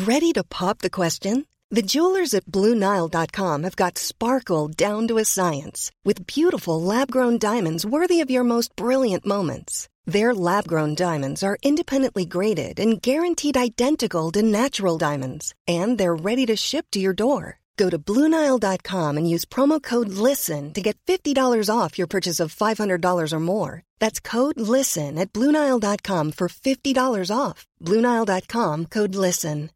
Ready to pop the question? The jewelers at BlueNile.com have got sparkle down to a science with beautiful lab-grown diamonds worthy of your most brilliant moments. Their lab-grown diamonds are independently graded and guaranteed identical to natural diamonds, and they're ready to ship to your door. Go to BlueNile.com and use promo code LISTEN to get $50 off your purchase of $500 or more. That's code LISTEN at BlueNile.com for $50 off. BlueNile.com, code LISTEN.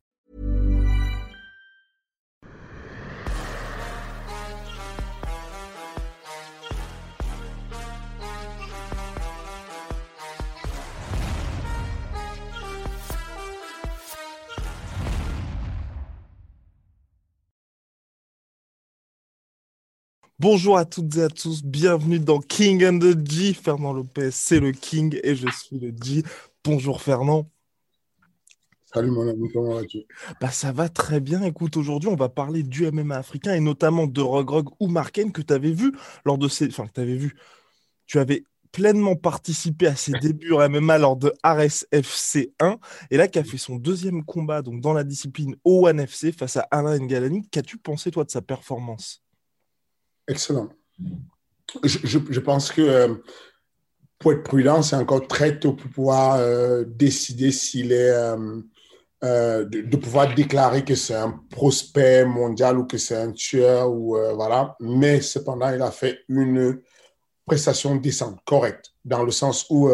Bonjour à toutes et à tous, bienvenue dans King and the G. Fernand Lopez, c'est le King et je suis le G. Bonjour Fernand. Salut mon ami, comment vas-tu? Ça va très bien. Écoute, aujourd'hui, on va parler du MMA africain et notamment de Rogrog Oumarken que tu avais vu lors de ces... Enfin, que tu avais vu. Tu avais pleinement participé à ses débuts en MMA lors de RSFC 1 et là, qui a fait son deuxième combat donc dans la discipline O1FC face à Alain Ngalani. Qu'as-tu pensé, toi, de sa performance? Excellent. Je pense que pour être prudent, c'est encore très tôt pour pouvoir décider s'il est... de pouvoir déclarer que c'est un prospect mondial ou que c'est un tueur, ou, voilà. Mais cependant, il a fait une prestation décente, correcte, dans le sens où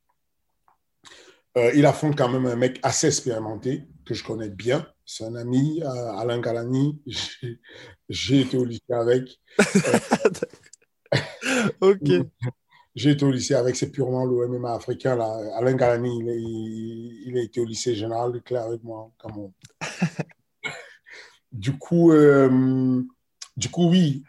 il affronte quand même un mec assez expérimenté, que je connais bien. C'est un ami, Alain Ngalani. J'ai été au lycée avec. Ok. J'ai été au lycée avec, c'est purement le MMA africain. Là. Alain Ngalani, il a été au lycée général de Claire avec moi. Du coup, oui,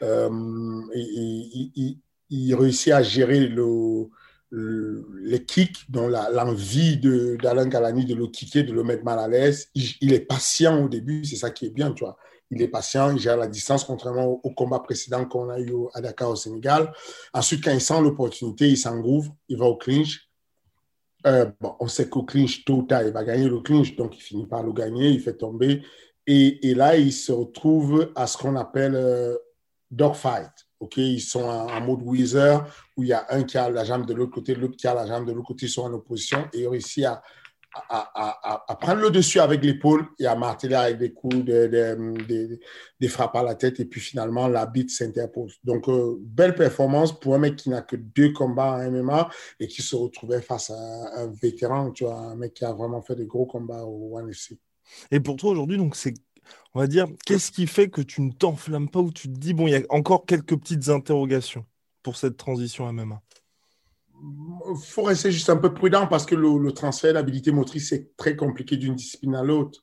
il réussit à gérer les kicks, donc l'envie d'Alain Ngalani de le kicker, de le mettre mal à l'aise. Il est patient au début, c'est ça qui est bien, tu vois. Il est patient, il gère la distance, contrairement au combat précédent qu'on a eu à Dakar au Sénégal. Ensuite, quand il sent l'opportunité, il s'engouffre, il va au clinch. On sait qu'au clinch, tôt ou tard, il va gagner le clinch, donc il finit par le gagner, il fait tomber. Et là, il se retrouve à ce qu'on appelle dogfight. Okay? Ils sont en mode Weezer, où il y a un qui a la jambe de l'autre côté, l'autre qui a la jambe de l'autre côté, ils sont en opposition, et il réussit à prendre le dessus avec l'épaule et à marteler avec des coups, des frappes à la tête, et puis finalement, la bite s'interpose. Donc, belle performance pour un mec qui n'a que 2 combats en MMA et qui se retrouvait face à un vétéran, tu vois, un mec qui a vraiment fait des gros combats au UFC. Et pour toi aujourd'hui, donc c'est, on va dire, qu'est-ce qui fait que tu ne t'enflammes pas ou tu te dis, bon, il y a encore quelques petites interrogations pour cette transition MMA? Il faut rester juste un peu prudent parce que le transfert d'habilité motrice, c'est très compliqué d'une discipline à l'autre.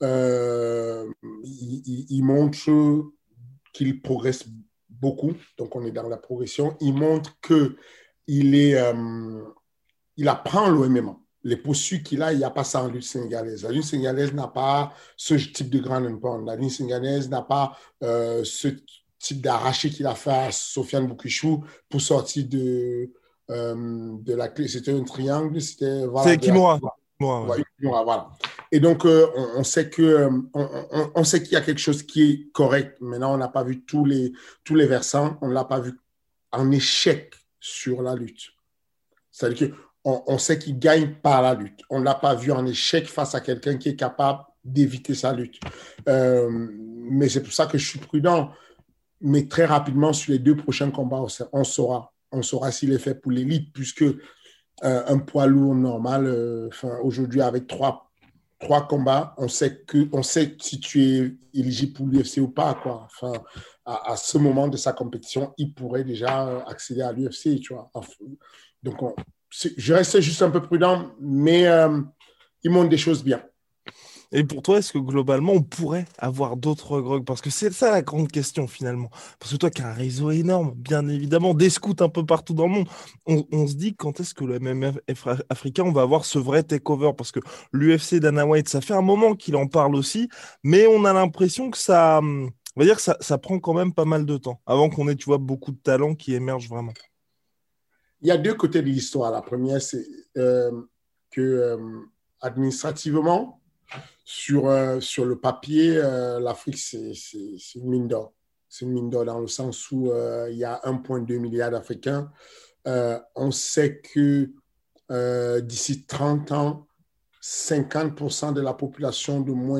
Il montre qu'il progresse beaucoup, donc on est dans la progression. Il montre qu'il apprend le MMA. Les postures qu'il a, il n'y a pas ça en lutte sénégalaise. La lutte sénégalaise n'a pas ce type de grand pound. La lutte sénégalaise n'a pas ce type d'arraché qu'il a fait à Sofiane Boukichou pour sortir de la clé. C'était un triangle, c'était... Voilà, c'est Kimura. Ouais, voilà. Et donc, on sait on sait qu'il y a quelque chose qui est correct. Maintenant, on n'a pas vu tous les versants. On ne l'a pas vu en échec sur la lutte. C'est-à-dire qu'on sait qu'il gagne par la lutte. On ne l'a pas vu en échec face à quelqu'un qui est capable d'éviter sa lutte. Mais c'est pour ça que je suis prudent. Mais très rapidement, sur les 2 prochains combats, on saura. On saura s'il est fait pour l'élite, puisque un poids lourd normal, aujourd'hui, avec 3 combats, on sait si tu es éligible pour l'UFC ou pas, quoi. Enfin, à ce moment de sa compétition, il pourrait déjà accéder à l'UFC, tu vois. Donc, je reste juste un peu prudent, mais il montre des choses bien. Et pour toi, est-ce que globalement, on pourrait avoir d'autres Rogrog? Parce que c'est ça la grande question finalement. Parce que toi qui as un réseau énorme, bien évidemment, des scouts un peu partout dans le monde, on se dit quand est-ce que le MMA africain, on va avoir ce vrai takeover? Parce que l'UFC Dana White, ça fait un moment qu'il en parle aussi, mais on a l'impression que ça, on va dire que ça prend quand même pas mal de temps avant qu'on ait, tu vois, beaucoup de talents qui émergent vraiment. Il y a 2 côtés de l'histoire. La première, c'est que administrativement, Sur le papier, l'Afrique, c'est une mine d'or. C'est une mine d'or dans le sens où il y a 1,2 milliard d'Africains. On sait que d'ici 30 ans, 50% de la population de moins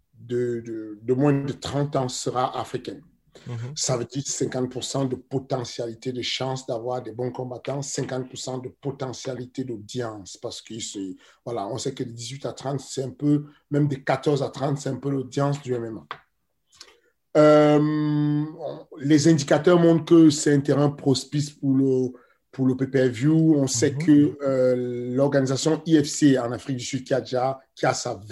de 30 ans sera africaine. Ça veut dire 50% de potentialité de chance d'avoir des bons combattants, 50% de potentialité d'audience, parce que voilà, on sait que de 18 à 30, c'est un peu, même de 14 à 30, c'est un peu l'audience du MMA. Les indicateurs montrent que c'est un terrain propice pour le pay-per-view. On sait que l'organisation IFC en Afrique du Sud, qui a sa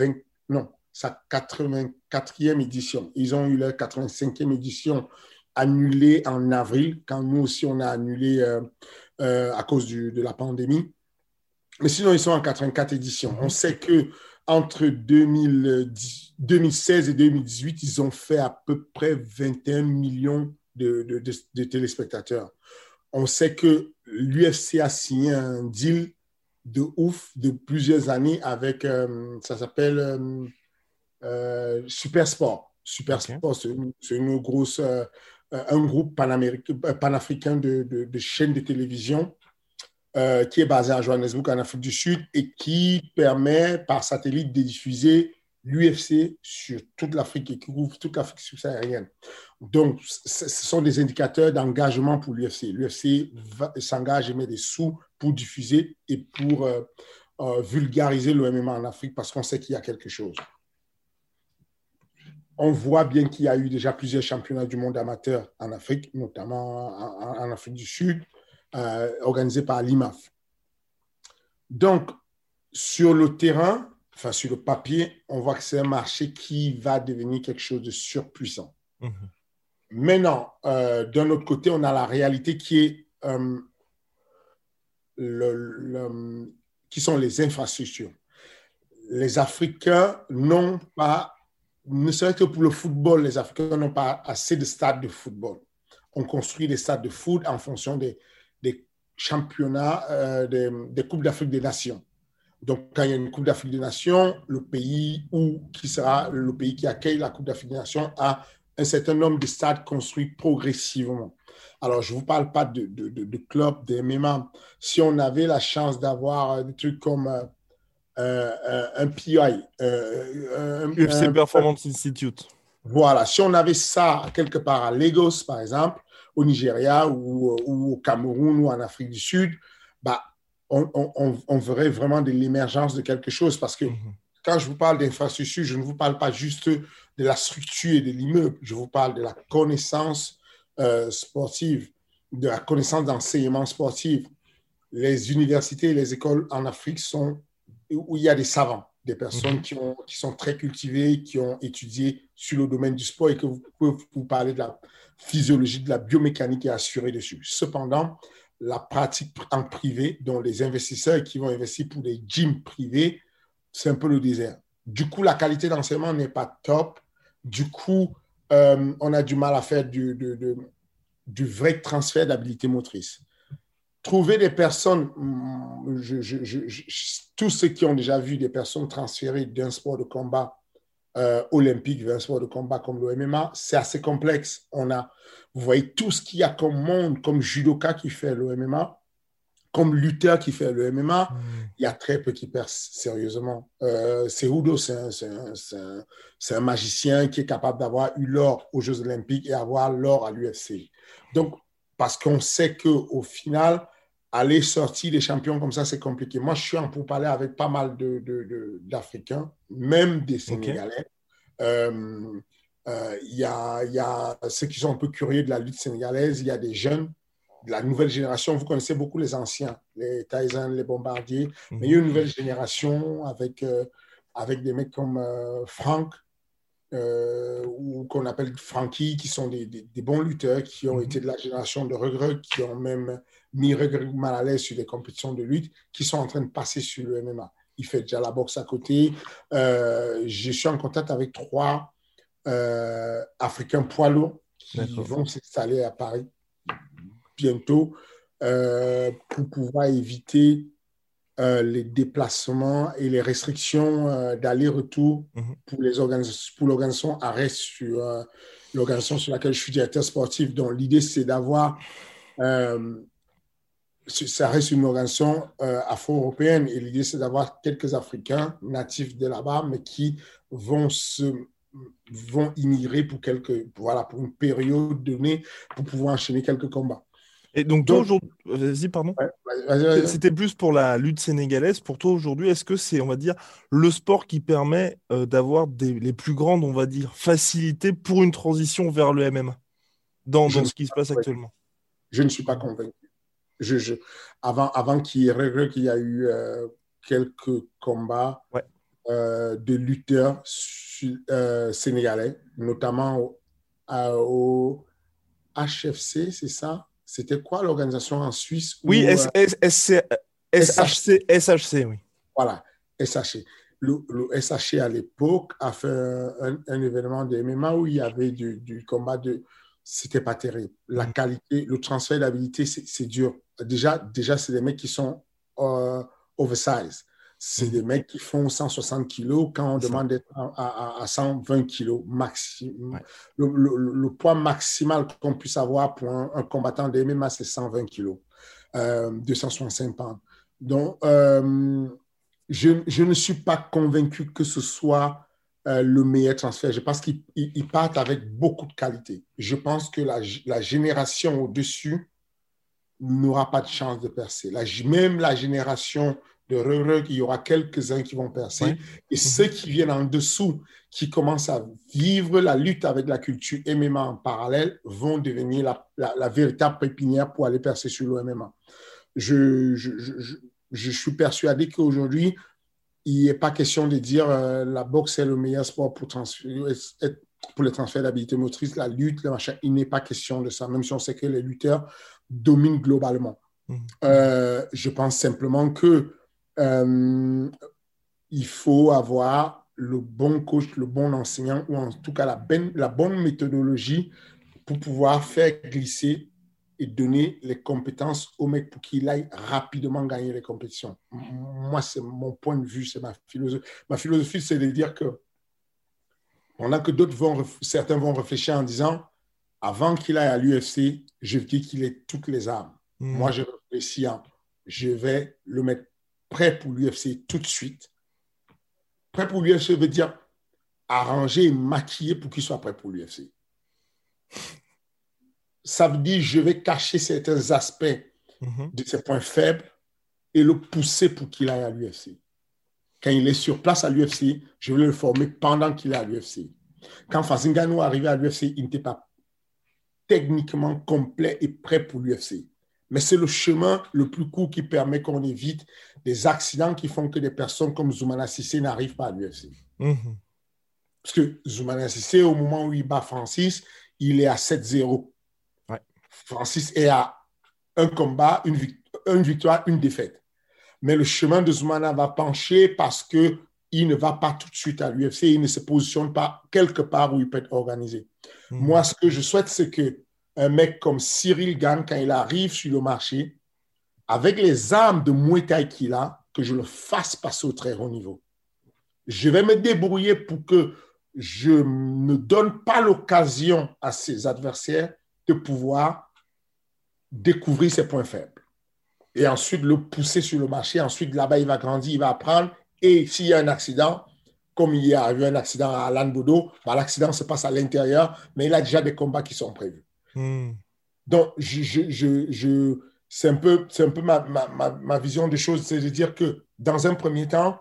84e édition. Ils ont eu leur 85e édition annulée en avril, quand nous aussi, on a annulé à cause de la pandémie. Mais sinon, ils sont en 84 éditions. On sait qu'entre 2016 et 2018, ils ont fait à peu près 21 millions de téléspectateurs. On sait que l'UFC a signé un deal de ouf de plusieurs années avec, ça s'appelle Supersport. Supersport, c'est une grosse, un groupe panafricain de chaînes de télévision qui est basé à Johannesburg, en Afrique du Sud, et qui permet par satellite de diffuser l'UFC sur toute l'Afrique et qui couvre toute l'Afrique subsaharienne. Donc, ce sont des indicateurs d'engagement pour l'UFC. L'UFC s'engage et met des sous pour diffuser et pour vulgariser le MMA en Afrique parce qu'on sait qu'il y a quelque chose. On voit bien qu'il y a eu déjà plusieurs championnats du monde amateur en Afrique, notamment en Afrique du Sud, organisés par l'IMAF. Donc, sur le terrain, enfin sur le papier, on voit que c'est un marché qui va devenir quelque chose de surpuissant. Maintenant, d'un autre côté, on a la réalité qui est qui sont les infrastructures. Les Africains n'ont pas, ne serait que pour le football, les Africains n'ont pas assez de stades de football. On construit des stades de foot en fonction des championnats, des Coupes d'Afrique des Nations. Donc, quand il y a une Coupe d'Afrique des Nations, le pays qui sera le pays qui accueille la Coupe d'Afrique des Nations a un certain nombre de stades construits progressivement. Alors, je ne vous parle pas de clubs, de MMA. Si on avait la chance d'avoir des trucs comme un PI, UFC Performance Institute. Voilà, si on avait ça quelque part à Lagos, par exemple, au Nigeria ou au Cameroun ou en Afrique du Sud, bah, on verrait vraiment de l'émergence de quelque chose parce que quand je vous parle d'infrastructure, je ne vous parle pas juste de la structure et de l'immeuble, je vous parle de la connaissance sportive, de la connaissance d'enseignement sportif. Les universités et les écoles en Afrique sont où il y a des savants, des personnes qui sont très cultivées, qui ont étudié sur le domaine du sport et que vous pouvez vous parler de la physiologie, de la biomécanique et assurer dessus. Cependant, la pratique en privé, dont les investisseurs qui vont investir pour des gyms privés, c'est un peu le désert. Du coup, la qualité d'enseignement n'est pas top. Du coup, on a du mal à faire du vrai transfert d'habilité motrice. Trouver des personnes, tous ceux qui ont déjà vu des personnes transférées d'un sport de combat olympique vers un sport de combat comme le MMA, c'est assez complexe. Vous voyez tout ce qu'il y a comme monde, comme judoka qui fait le MMA, comme lutteur qui fait le MMA, il y a très peu qui percent sérieusement. Cejudo, c'est un magicien qui est capable d'avoir eu l'or aux Jeux Olympiques et avoir l'or à l'UFC. Donc, parce qu'on sait qu'au final, aller sortir des champions comme ça, c'est compliqué. Moi, je suis en pourparlers avec pas mal d'Africains, même des Sénégalais. Il y a ceux qui sont un peu curieux de la lutte sénégalaise. Il y a des jeunes de la nouvelle génération. Vous connaissez beaucoup les anciens, les Tyson, les Bombardier. Mais il y a une nouvelle génération avec des mecs comme Frank, ou qu'on appelle Frankie, qui sont des bons lutteurs, qui ont été de la génération de Regreg, qui ont même mis Regreg mal à l'aise sur des compétitions de lutte, qui sont en train de passer sur le MMA. Il fait déjà la boxe à côté. Je suis en contact avec 3 Africains poids lourds qui vont s'installer à Paris bientôt pour pouvoir éviter les déplacements et les restrictions d'aller-retour pour l'organisation ARES, l'organisation sur laquelle je suis directeur sportif. Donc, l'idée, c'est d'avoir, ça reste une organisation afro-européenne, et l'idée, c'est d'avoir quelques Africains natifs de là-bas, mais qui vont immigrer pour une période donnée pour pouvoir enchaîner quelques combats. Et donc, toi, aujourd'hui, vas-y, pardon. Ouais, vas-y. C'était plus pour la lutte sénégalaise. Pour toi, aujourd'hui, est-ce que c'est, on va dire, le sport qui permet d'avoir les plus grandes, on va dire, facilités pour une transition vers le MMA dans ce qui se passe actuellement? Je ne suis pas convaincu. Avant qu'il y ait eu quelques combats de lutteurs sénégalais, notamment au HFC, c'est ça? C'était quoi l'organisation en Suisse? Oui, SHC, oui. Voilà, SHC. Le SHC à l'époque a fait un événement de MMA où il y avait du combat de... C'était pas terrible. La qualité, le transfert d'habilité, c'est dur. Déjà, c'est des mecs qui sont oversize. C'est des mecs qui font 160 kilos quand on demande d'être à 120 kilos maximum. Ouais. Le poids maximal qu'on puisse avoir pour un combattant de MMA, c'est 120 kilos, 265 pounds. Donc, je ne suis pas convaincu que ce soit le meilleur transfert. Je pense qu'ils partent avec beaucoup de qualité. Je pense que la génération au-dessus n'aura pas de chance de percer. Même la génération de Ruruk, il y aura quelques-uns qui vont percer. Ouais. Et ceux qui viennent en dessous, qui commencent à vivre la lutte avec la culture MMA en parallèle, vont devenir la véritable pépinière pour aller percer sur le MMA. Je suis persuadé qu'aujourd'hui, il n'est pas question de dire la boxe est le meilleur sport pour les transferts d'habilité motrice, la lutte, le machin. Il n'est pas question de ça, même si on sait que les lutteurs dominent globalement. Je pense simplement que il faut avoir le bon coach, le bon enseignant, ou en tout cas la bonne méthodologie pour pouvoir faire glisser et donner les compétences au mec pour qu'il aille rapidement gagner les compétitions. Moi, c'est mon point de vue, c'est ma philosophie. Ma philosophie, c'est de dire que pendant que certains vont réfléchir en disant, avant qu'il aille à l'UFC, je dis qu'il ait toutes les armes. Moi, je réfléchis je vais le mettre prêt pour l'UFC tout de suite. Prêt pour l'UFC veut dire arranger et maquiller pour qu'il soit prêt pour l'UFC. Ça veut dire je vais cacher certains aspects de ses points faibles et le pousser pour qu'il aille à l'UFC. Quand il est sur place à l'UFC, je vais le former pendant qu'il est à l'UFC. Quand Fatou Ngannou est arrivé à l'UFC, il n'était pas techniquement complet et prêt pour l'UFC. Mais c'est le chemin le plus court qui permet qu'on évite des accidents qui font que des personnes comme Zoumana Cissé n'arrivent pas à l'UFC. Parce que Zoumana Cissé, au moment où il bat Francis, il est à 7-0. Ouais. Francis est à un combat, une victoire, une défaite. Mais le chemin de Zoumana va pencher parce qu'il ne va pas tout de suite à l'UFC, il ne se positionne pas quelque part où il peut être organisé. Moi, ce que je souhaite, c'est qu'un mec comme Cyril Gane, quand il arrive sur le marché, avec les armes de Muay Thai qu'il a, que je le fasse passer au très haut niveau. Je vais me débrouiller pour que je ne donne pas l'occasion à ses adversaires de pouvoir découvrir ses points faibles. Et ensuite, le pousser sur le marché. Ensuite, là-bas, il va grandir, il va apprendre. Et s'il y a un accident, comme il y a eu un accident à Alan Bodo, l'accident se passe à l'intérieur, mais il a déjà des combats qui sont prévus. Donc, c'est un peu ma vision des choses, c'est de dire que dans un premier temps,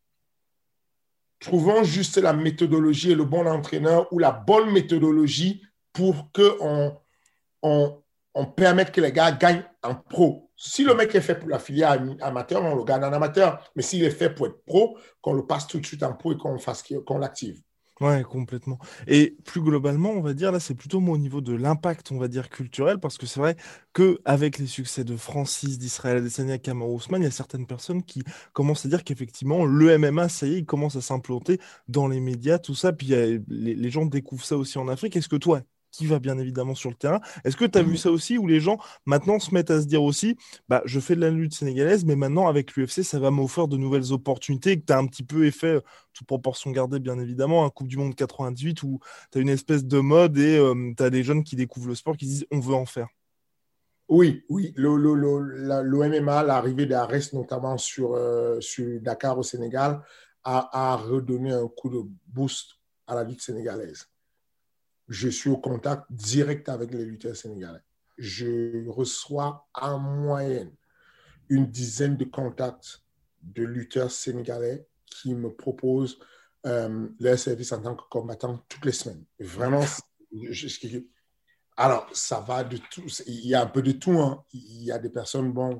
trouvons juste la méthodologie et le bon entraîneur ou la bonne méthodologie pour qu'on permette que les gars gagnent en pro. Si le mec est fait pour la filière amateur, on le gagne en amateur. Mais s'il est fait pour être pro, qu'on le passe tout de suite en pro et qu'on l'active. Ouais, complètement. Et plus globalement, on va dire, là, c'est plutôt moi au niveau de l'impact, on va dire, culturel, parce que c'est vrai qu'avec les succès de Francis, d'Israël Adesanya, Kamaru Usman, il y a certaines personnes qui commencent à dire qu'effectivement, le MMA, ça y est, il commence à s'implanter dans les médias, tout ça, puis les gens découvrent ça aussi en Afrique. Est-ce que toi, qui va bien évidemment sur le terrain. Est-ce que tu as vu ça aussi, où les gens maintenant se mettent à se dire aussi, bah, je fais de la lutte sénégalaise, mais maintenant avec l'UFC, ça va m'offrir de nouvelles opportunités, et que tu as un petit peu effet, toute proportion gardée bien évidemment, un Coupe du Monde 98 où tu as une espèce de mode et tu as des jeunes qui découvrent le sport, qui disent on veut en faire. Oui, oui. Le MMA, l'arrivée d'Ares, notamment sur Dakar au Sénégal, a redonné un coup de boost à la lutte sénégalaise. Je suis au contact direct avec les lutteurs sénégalais. Je reçois en moyenne une dizaine de contacts de lutteurs sénégalais qui me proposent leur service en tant que combattant toutes les semaines. Vraiment, alors, ça va de tout. Il y a un peu de tout. Hein. Il y a des personnes, bon,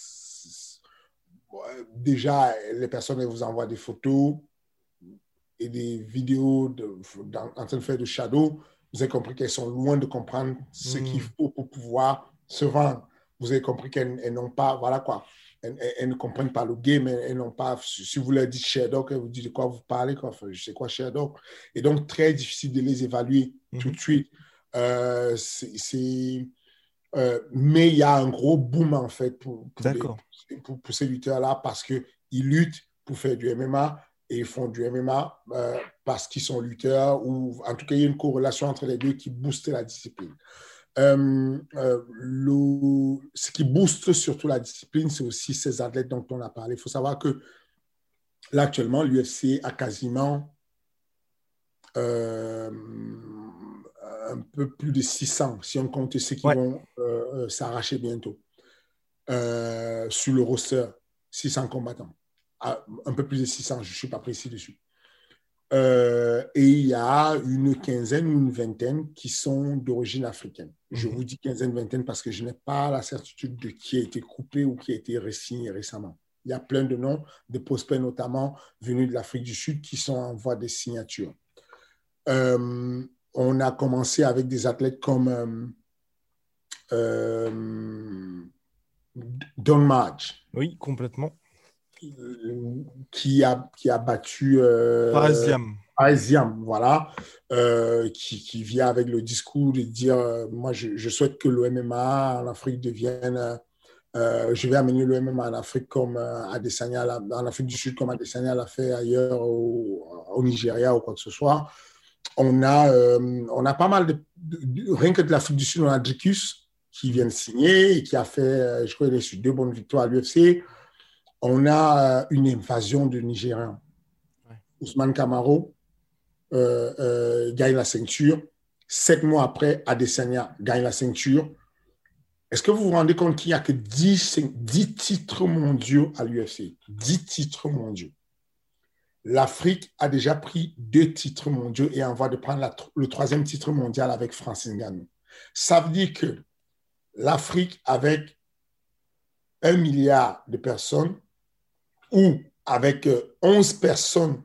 déjà, les personnes, elles vous envoient des photos et des vidéos en train de faire de shadow. Vous avez compris qu'elles sont loin de comprendre ce qu'il faut pour pouvoir se vendre. Vous avez compris qu'elles n'ont pas, voilà quoi, elles ne comprennent pas le game, elles n'ont pas, si vous leur dites Sherdog, elles vous disent de quoi vous parlez, quoi. Enfin, je sais quoi Sherdog. Et donc, très difficile de les évaluer tout de suite. Mais il y a un gros boom en fait pour ces lutteurs-là parce qu'ils luttent pour faire du MMA et ils font du MMA parce qu'ils sont lutteurs ou en tout cas il y a une corrélation entre les deux qui booste la discipline. Ce qui booste surtout la discipline, c'est aussi ces athlètes dont on a parlé. Il faut savoir que là actuellement l'UFC a quasiment un peu plus de 600, si on compte ceux qui vont s'arracher bientôt. Sur le roster, 600 combattants. Un peu plus de 600, je ne suis pas précis dessus. Et il y a une quinzaine ou une vingtaine qui sont d'origine africaine. Je vous dis quinzaine, vingtaine parce que je n'ai pas la certitude de qui a été coupé ou qui a été re-signé récemment. Il y a plein de noms, de prospects notamment venus de l'Afrique du Sud qui sont en voie de signature. On a commencé avec des athlètes comme Don March. Oui, complètement. Qui a battu Parisiam, voilà, qui vient avec le discours de dire moi je souhaite que le MMA en Afrique devienne je vais amener le MMA en Afrique comme Adesanya en Afrique du Sud comme Adesanya l'a fait ailleurs au Nigeria ou quoi que ce soit. On a pas mal rien que de l'Afrique du Sud, on a Dricus qui vient de signer et qui a fait, je crois, il est sur 2 bonnes victoires à l'UFC. On a une invasion de Nigériens. Ousmane Camaro gagne la ceinture. 7 mois après, Adesanya gagne la ceinture. Est-ce que vous vous rendez compte qu'il n'y a que 10 titres mondiaux à l'UFC? 10 titres mondiaux. L'Afrique a déjà pris 2 titres mondiaux et en voie de prendre le 3e titre mondial avec Francis Ngannou. Ça veut dire que l'Afrique, avec 1 milliard de personnes, ou avec 11 personnes,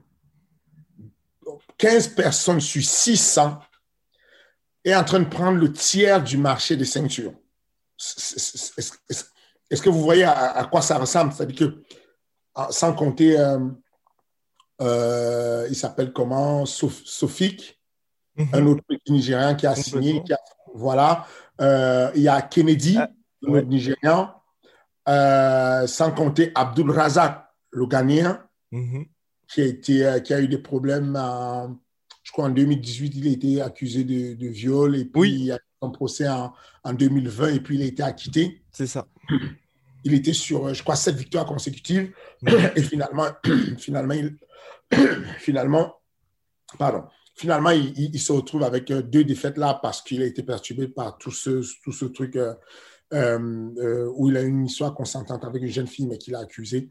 15 personnes sur 600, est en train de prendre le tiers du marché des ceintures. Est-ce que vous voyez à quoi ça ressemble? C'est-à-dire que, sans compter, il s'appelle comment? Sofik, un autre Nigérian qui a signé. Voilà. Il y a Kennedy, un autre Nigérian. Sans compter Abdul Razak, le Ghanéen, qui a eu des problèmes, je crois en 2018, il a été accusé de viol et puis il a eu son procès en 2020 et puis il a été acquitté. C'est ça. Il était sur, je crois, 7 victoires consécutives et finalement, il se retrouve avec 2 défaites là parce qu'il a été perturbé par tout ce truc où il a eu une histoire consentante avec une jeune fille, mais qu'il a accusée.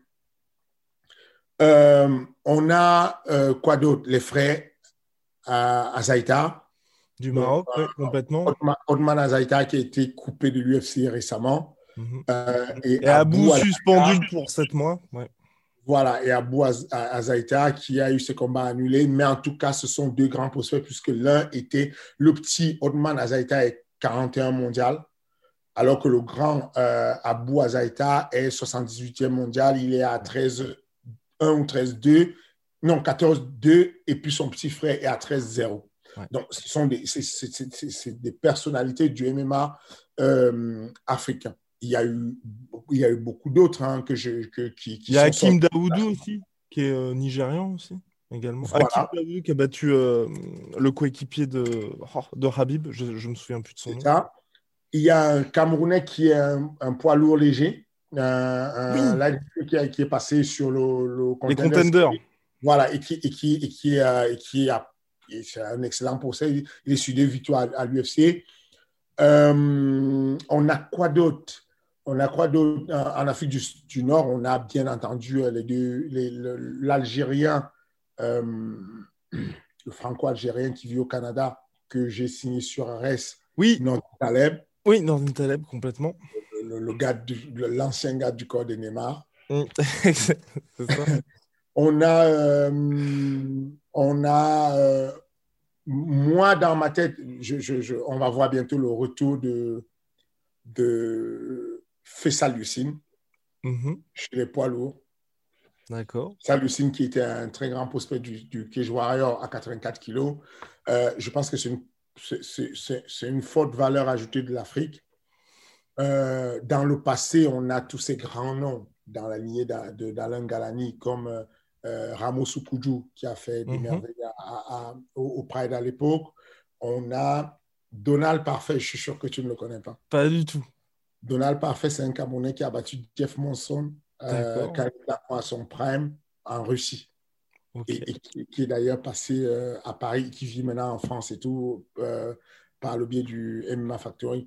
On a quoi d'autre? Les frères Azaïta. Du Maroc, complètement. Othman Azaïta qui a été coupé de l'UFC récemment. Et Abou suspendu pour 7 mois. Voilà, et Abou Azaïta qui a eu ses combats annulés. Mais en tout cas, ce sont 2 grands prospects puisque l'un était le petit Othman Azaïta est 41 mondial. Alors que le grand Abou Azaïta est 78e mondial, il est à 13-1 ou 13-2, non, 14-2, et puis son petit frère est à 13-0. Ouais. Donc, c'est des personnalités du MMA africain. Il y a eu beaucoup d'autres hein, qui Il y a sont Hakim sortis. Daoudou aussi, qui est nigérian aussi, également. Hakim Voilà, Daoudou qui a battu le coéquipier de Habib, je me souviens plus de son c'est nom. ça. Il y a un Camerounais qui est un poids lourd léger, Oui, qui est passé sur le les Contender contenders. Series. Voilà, et c'est un excellent procès. Il est sur 2 victoires à l'UFC. On a quoi d'autre? En Afrique du Nord? On a bien entendu l'Algérien, le franco-algérien qui vit au Canada, que j'ai signé sur Ares, Oui, non Taleb, oui, dans une Taleb, complètement. l'ancien gars du corps de Neymar. C'est ça. On a moi, dans ma tête, on va voir bientôt le retour de Faisal Youssine chez les poids lourds. D'accord. Faisal Youssine qui était un très grand prospect du Cage Warrior à 84 kilos. Je pense que c'est une forte valeur ajoutée de l'Afrique. Dans le passé, on a tous ces grands noms dans la lignée d'Alain Galani comme Ramos Oukudjou qui a fait des merveilles au Pride à l'époque. On a Donald Parfait, je suis sûr que tu ne le connais pas. Pas du tout. Donald Parfait, c'est un Camerounais qui a battu Jeff Monson D'accord. à son prime en Russie. Ok. Et qui est d'ailleurs passé à Paris, qui vit maintenant en France et tout, par le biais du MMA Factory.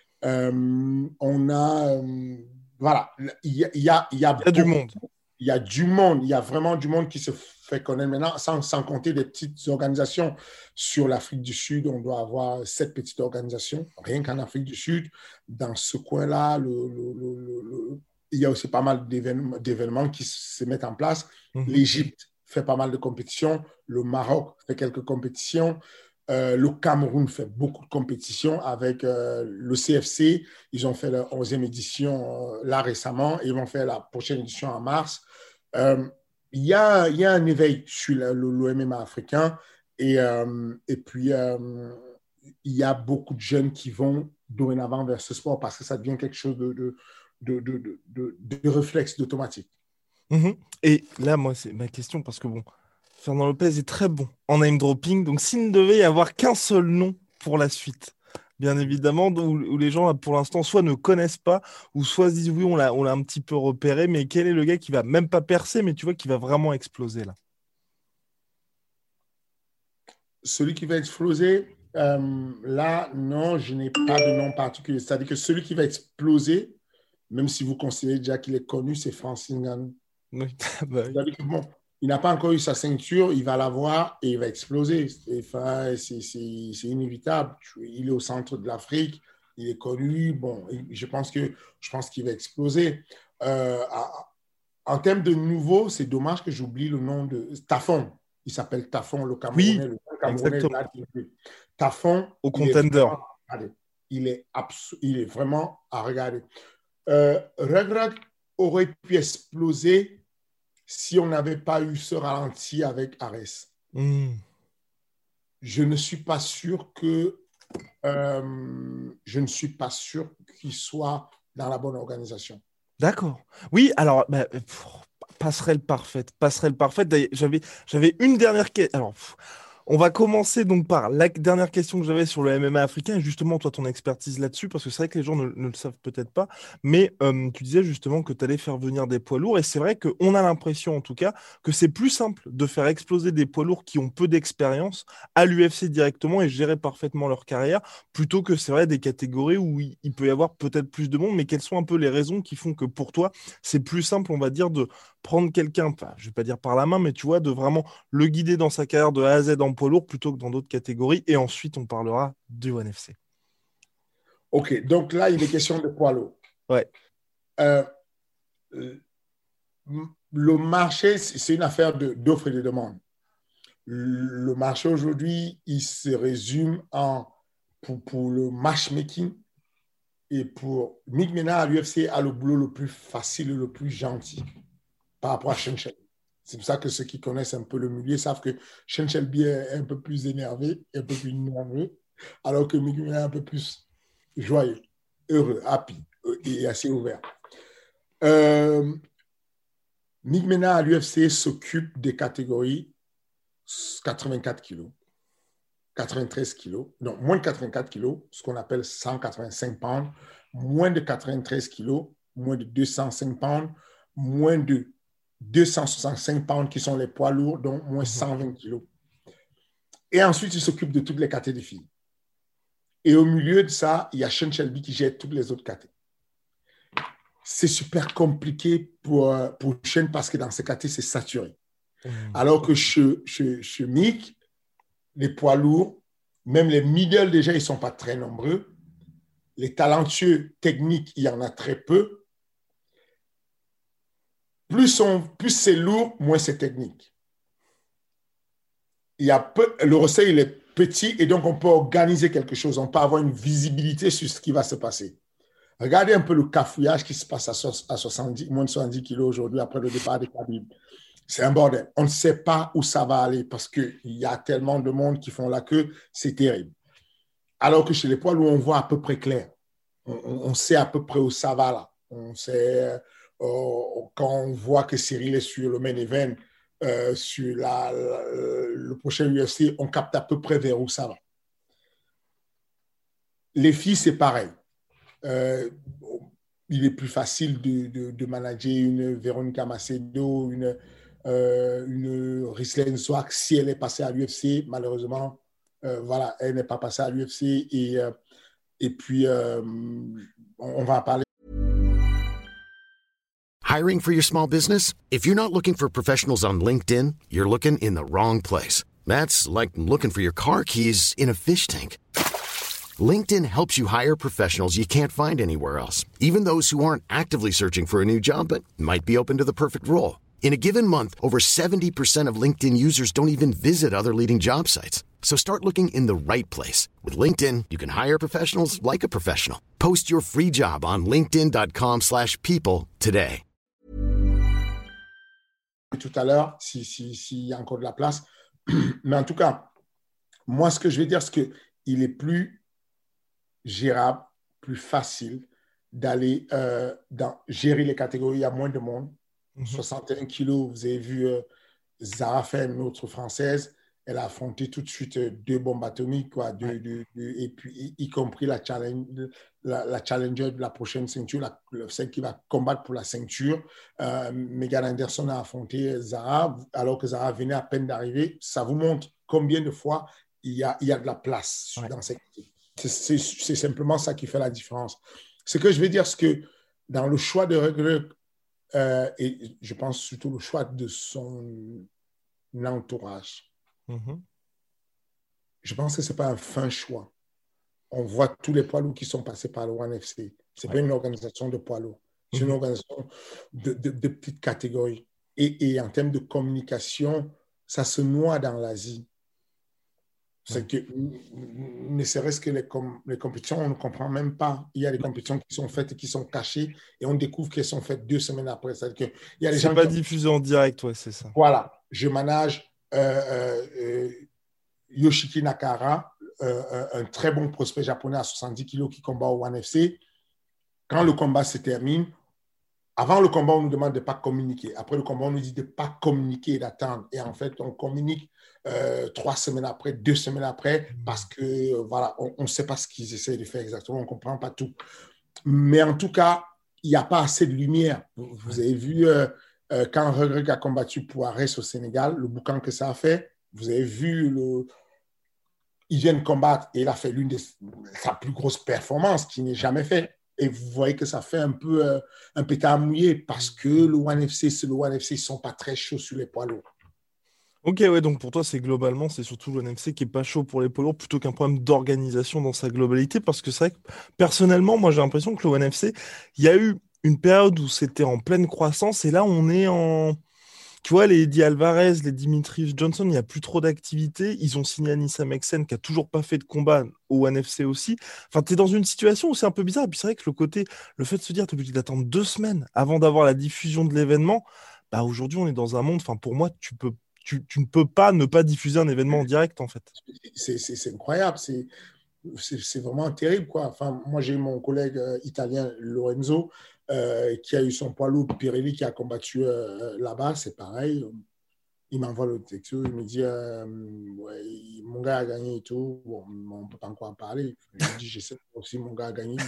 Voilà, il y a Il y a du monde. Il y a du monde, il y a vraiment du monde qui se fait connaître maintenant, sans compter des petites organisations. Sur l'Afrique du Sud, on doit avoir 7 petites organisations, rien qu'en Afrique du Sud. Dans ce coin-là, il y a aussi pas mal d'événements qui se mettent en place. L'Égypte fait pas mal de compétitions, le Maroc fait quelques compétitions. Le Cameroun fait beaucoup de compétitions avec le CFC. Ils ont fait leur 11e édition là récemment. Ils vont faire la prochaine édition en mars. Il y a un éveil sur le MMA africain. Et puis, il y a beaucoup de jeunes qui vont dorénavant vers ce sport parce que ça devient quelque chose de réflexe, d'automatique. Et là, moi, c'est ma question parce que bon, Fernand Lopez est très bon en name dropping. Donc, s'il ne devait y avoir qu'un seul nom pour la suite, bien évidemment, où les gens, pour l'instant, soit ne connaissent pas, ou soit se disent oui, on l'a un petit peu repéré, mais quel est le gars qui va même pas percer, mais tu vois, qui va vraiment exploser là? Celui qui va exploser, là, non, je n'ai pas de nom particulier. C'est-à-dire que celui qui va exploser, même si vous considérez déjà qu'il est connu, c'est Francis Ngannou. Oui. Bah oui. C'est-à-dire que bon, il n'a pas encore eu sa ceinture, il va l'avoir et il va exploser. Enfin, c'est inévitable. Il est au centre de l'Afrique, il est connu. Bon, je pense qu'il va exploser. En termes de nouveau, c'est dommage que j'oublie le nom de Tafon. Il s'appelle Tafon, le Oui, Camerounais. Le Camerounais exactement. Tafon, Au il est contender. vraiment à regarder. Il est vraiment à regarder. Regret aurait pu exploser si on n'avait pas eu ce ralenti avec Ares. Je ne suis pas sûr qu'il soit dans la bonne organisation. D'accord. Oui, alors, passerelle parfaite. Passerelle parfaite. D'ailleurs, j'avais une dernière question. Alors, on va commencer donc par la dernière question que j'avais sur le MMA africain, et justement, toi, ton expertise là-dessus, parce que c'est vrai que les gens ne le savent peut-être pas, mais tu disais justement que tu allais faire venir des poids lourds, et c'est vrai qu'on a l'impression, en tout cas, que c'est plus simple de faire exploser des poids lourds qui ont peu d'expérience à l'UFC directement et gérer parfaitement leur carrière, plutôt que c'est vrai des catégories où il peut y avoir peut-être plus de monde, mais quelles sont un peu les raisons qui font que pour toi, c'est plus simple, on va dire, de prendre quelqu'un, enfin, je vais pas dire par la main, mais tu vois, de vraiment le guider dans sa carrière de A à Z en poids lourd plutôt que dans d'autres catégories. Et ensuite, on parlera du ONE FC. OK, donc là, il est question de poids lourd. Ouais. Le marché, c'est une affaire d'offre et de demande. Le marché aujourd'hui, il se résume pour le matchmaking et pour Nick Mena à l'UFC a le boulot le plus facile et le plus gentil par rapport à Shen. C'est pour ça que ceux qui connaissent un peu le milieu savent que Sean Shelby est un peu plus énervé, un peu plus nerveux, alors que Mick Maynard est un peu plus joyeux, heureux, happy et assez ouvert. Mick Maynard à l'UFC s'occupe des catégories 84 kilos, 93 kilos, non, moins de 84 kilos, ce qu'on appelle 185 pounds, moins de 93 kilos, moins de 205 pounds, moins de 265 pounds qui sont les poids lourds, donc moins 120 kilos. Et ensuite, il s'occupe de toutes les catégories de filles. Et au milieu de ça, il y a Sean Shelby qui gère toutes les autres catégories. C'est super compliqué pour Sean parce que dans ces catégories, c'est saturé. Alors que chez Mick, les poids lourds, même les middle déjà, ils ne sont pas très nombreux. Les talentueux techniques, il y en a très peu. Plus c'est lourd, moins c'est technique. Le roster, il est petit et donc on peut organiser quelque chose. On peut avoir une visibilité sur ce qui va se passer. Regardez un peu le cafouillage qui se passe à 70, moins de 70 kilos aujourd'hui après le départ des Khabib. C'est un bordel. On ne sait pas où ça va aller parce qu'il y a tellement de monde qui font la queue. C'est terrible. Alors que chez les poids lourds, on voit à peu près clair. On sait à peu près où ça va là. On sait... quand on voit que Cyril est sur le main event, sur le prochain UFC, on capte à peu près vers où ça va. Les filles, c'est pareil. Il est plus facile de manager une Véronica Macedo, une Ghislaine Zouak si elle est passée à l'UFC. Malheureusement, voilà, elle n'est pas passée à l'UFC et puis on va en parler. Hiring for your small business? If you're not looking for professionals on LinkedIn, you're looking in the wrong place. That's like looking for your car keys in a fish tank. LinkedIn helps you hire professionals you can't find anywhere else, even those who aren't actively searching for a new job but might be open to the perfect role. In a given month, over 70% of LinkedIn users don't even visit other leading job sites. So start looking in the right place. With LinkedIn, you can hire professionals like a professional. Post your free job on linkedin.com/people today. Tout à l'heure, s'il y a encore de la place. Mais en tout cas, moi, ce que je vais dire, c'est qu'il est plus gérable, plus facile d'aller gérer les catégories. Il y a moins de monde. 61 kilos, vous avez vu Zara Fair, une autre française. Elle a affronté tout de suite deux bombes atomiques, quoi, et puis y compris la challenger de la prochaine ceinture, celle qui va combattre pour la ceinture. Megan Anderson a affronté Zara, alors que Zara venait à peine d'arriver. Ça vous montre combien de fois il y a de la place dans cette équipe. C'est simplement ça qui fait la différence. Ce que je veux dire, c'est que dans le choix de Rugler, et je pense surtout le choix de son entourage, je pense que ce n'est pas un fin choix. On voit tous les poids lourds qui sont passés par le ONE FC. Ce n'est pas une organisation de poids lourds. C'est une organisation de petites catégories. Et en termes de communication, ça se noie dans l'Asie. C'est que, ne serait-ce que les compétitions, on ne comprend même pas. Il y a des compétitions qui sont faites et qui sont cachées et on découvre qu'elles sont faites 2 semaines après. C'est-à-dire que il y a des gens pas diffusé en direct, c'est ça. Voilà. Je manage Yoshiki Nakahara, un très bon prospect japonais à 70 kilos qui combat au ONE FC. Quand le combat se termine, avant le combat, on nous demande de ne pas communiquer. Après le combat, on nous dit de ne pas communiquer et d'attendre. Et en fait, on communique 3 semaines après, 2 semaines après, parce que voilà, on ne sait pas ce qu'ils essaient de faire exactement, on ne comprend pas tout. Mais en tout cas, il n'y a pas assez de lumière. Vous avez vu quand Regreg a combattu Poirès au Sénégal, le boucan que ça a fait. Vous avez vu, il vient de combattre et il a fait l'une de sa plus grosses performances qui n'est jamais faite. Et vous voyez que ça fait un peu un pétard mouillé parce que le ONE FC, c'est le ONE FC, ils ne sont pas très chauds sur les poids lourds. Ok, ouais, donc pour toi, c'est surtout le NFC qui n'est pas chaud pour les poids lourds plutôt qu'un problème d'organisation dans sa globalité. Parce que c'est vrai que personnellement, moi, j'ai l'impression que le ONE FC, il y a eu une période où c'était en pleine croissance et là, on est en. Tu vois, les Eddie Alvarez, les Dimitri Johnson, il n'y a plus trop d'activité. Ils ont signé Anissa Meksen qui n'a toujours pas fait de combat au ONE FC aussi. Enfin, tu es dans une situation où c'est un peu bizarre. Et puis c'est vrai que le fait de se dire que tu es obligé d'attendre 2 semaines avant d'avoir la diffusion de l'événement, bah, aujourd'hui, on est dans un monde, enfin, pour moi, tu ne peux pas ne pas diffuser un événement en direct, en fait. C'est incroyable, c'est vraiment terrible, quoi. Enfin, moi, j'ai eu mon collègue italien Lorenzo qui a eu son poids lourd Pirelli qui a combattu là-bas, c'est pareil. Il m'envoie le texto, il me dit ouais, mon gars a gagné et tout. Bon, on ne peut pas encore en parler. Je lui dis j'essaie aussi, mon gars a gagné.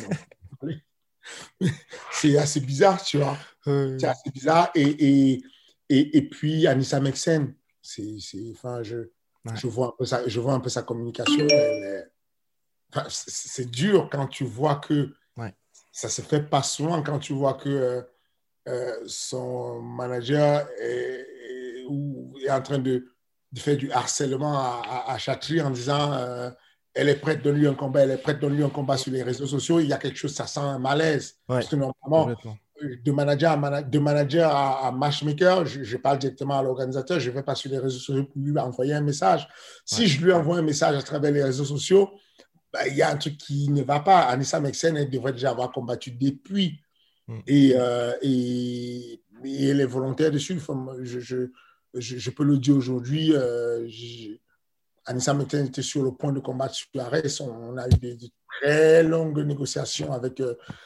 C'est assez bizarre, tu vois. C'est assez bizarre. Et puis, Anissa Meksen, enfin, je vois un peu sa communication. Enfin, c'est dur quand tu vois que ça se fait pas souvent, quand tu vois que son manager est en train de faire du harcèlement à Chatri en disant elle est prête, donne-lui un combat, elle est prête, donne-lui un combat sur les réseaux sociaux. Il y a quelque chose, ça sent un malaise. Parce que normalement, de manager à matchmaker, je parle directement à l'organisateur, je ne vais pas sur les réseaux sociaux pour lui envoyer un message. Si je lui envoie un message à travers les réseaux sociaux, ben, il y a un truc qui ne va pas. Anissa Meksen, elle devrait déjà avoir combattu depuis. Et elle est volontaire dessus. Enfin, je peux le dire aujourd'hui. Anissa Meksen était sur le point de combattre sur Ares. On a eu de très longues négociations avec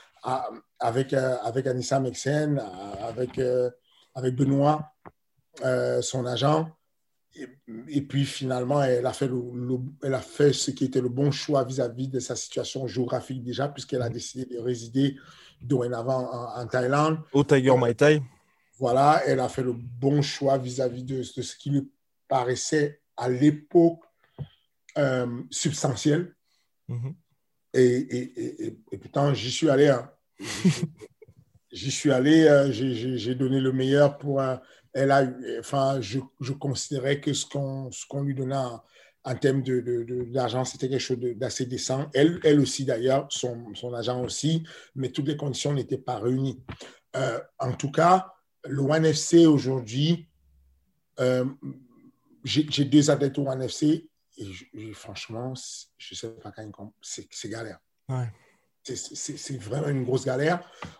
Anissa Meksen, avec Benoît, son agent. Et puis finalement, elle a fait ce qui était le bon choix vis-à-vis de sa situation géographique déjà, puisqu'elle a décidé de résider dorénavant en Thaïlande. Au Tiger Muay Thai. Voilà, elle a fait le bon choix vis-à-vis de ce qui lui paraissait à l'époque substantiel. Et pourtant, j'y suis allé. Hein. J'y suis allé, j'ai donné le meilleur pour... je considérais que ce qu'on lui donnait en termes d'argent, c'était quelque chose d'assez décent. Elle aussi, d'ailleurs, son agent aussi, mais toutes les conditions n'étaient pas réunies. En tout cas, le ONE FC aujourd'hui, j'ai 2 athlètes au ONE FC et franchement, je ne sais pas quand c'est galère. Ouais. C'est vraiment une grosse galère.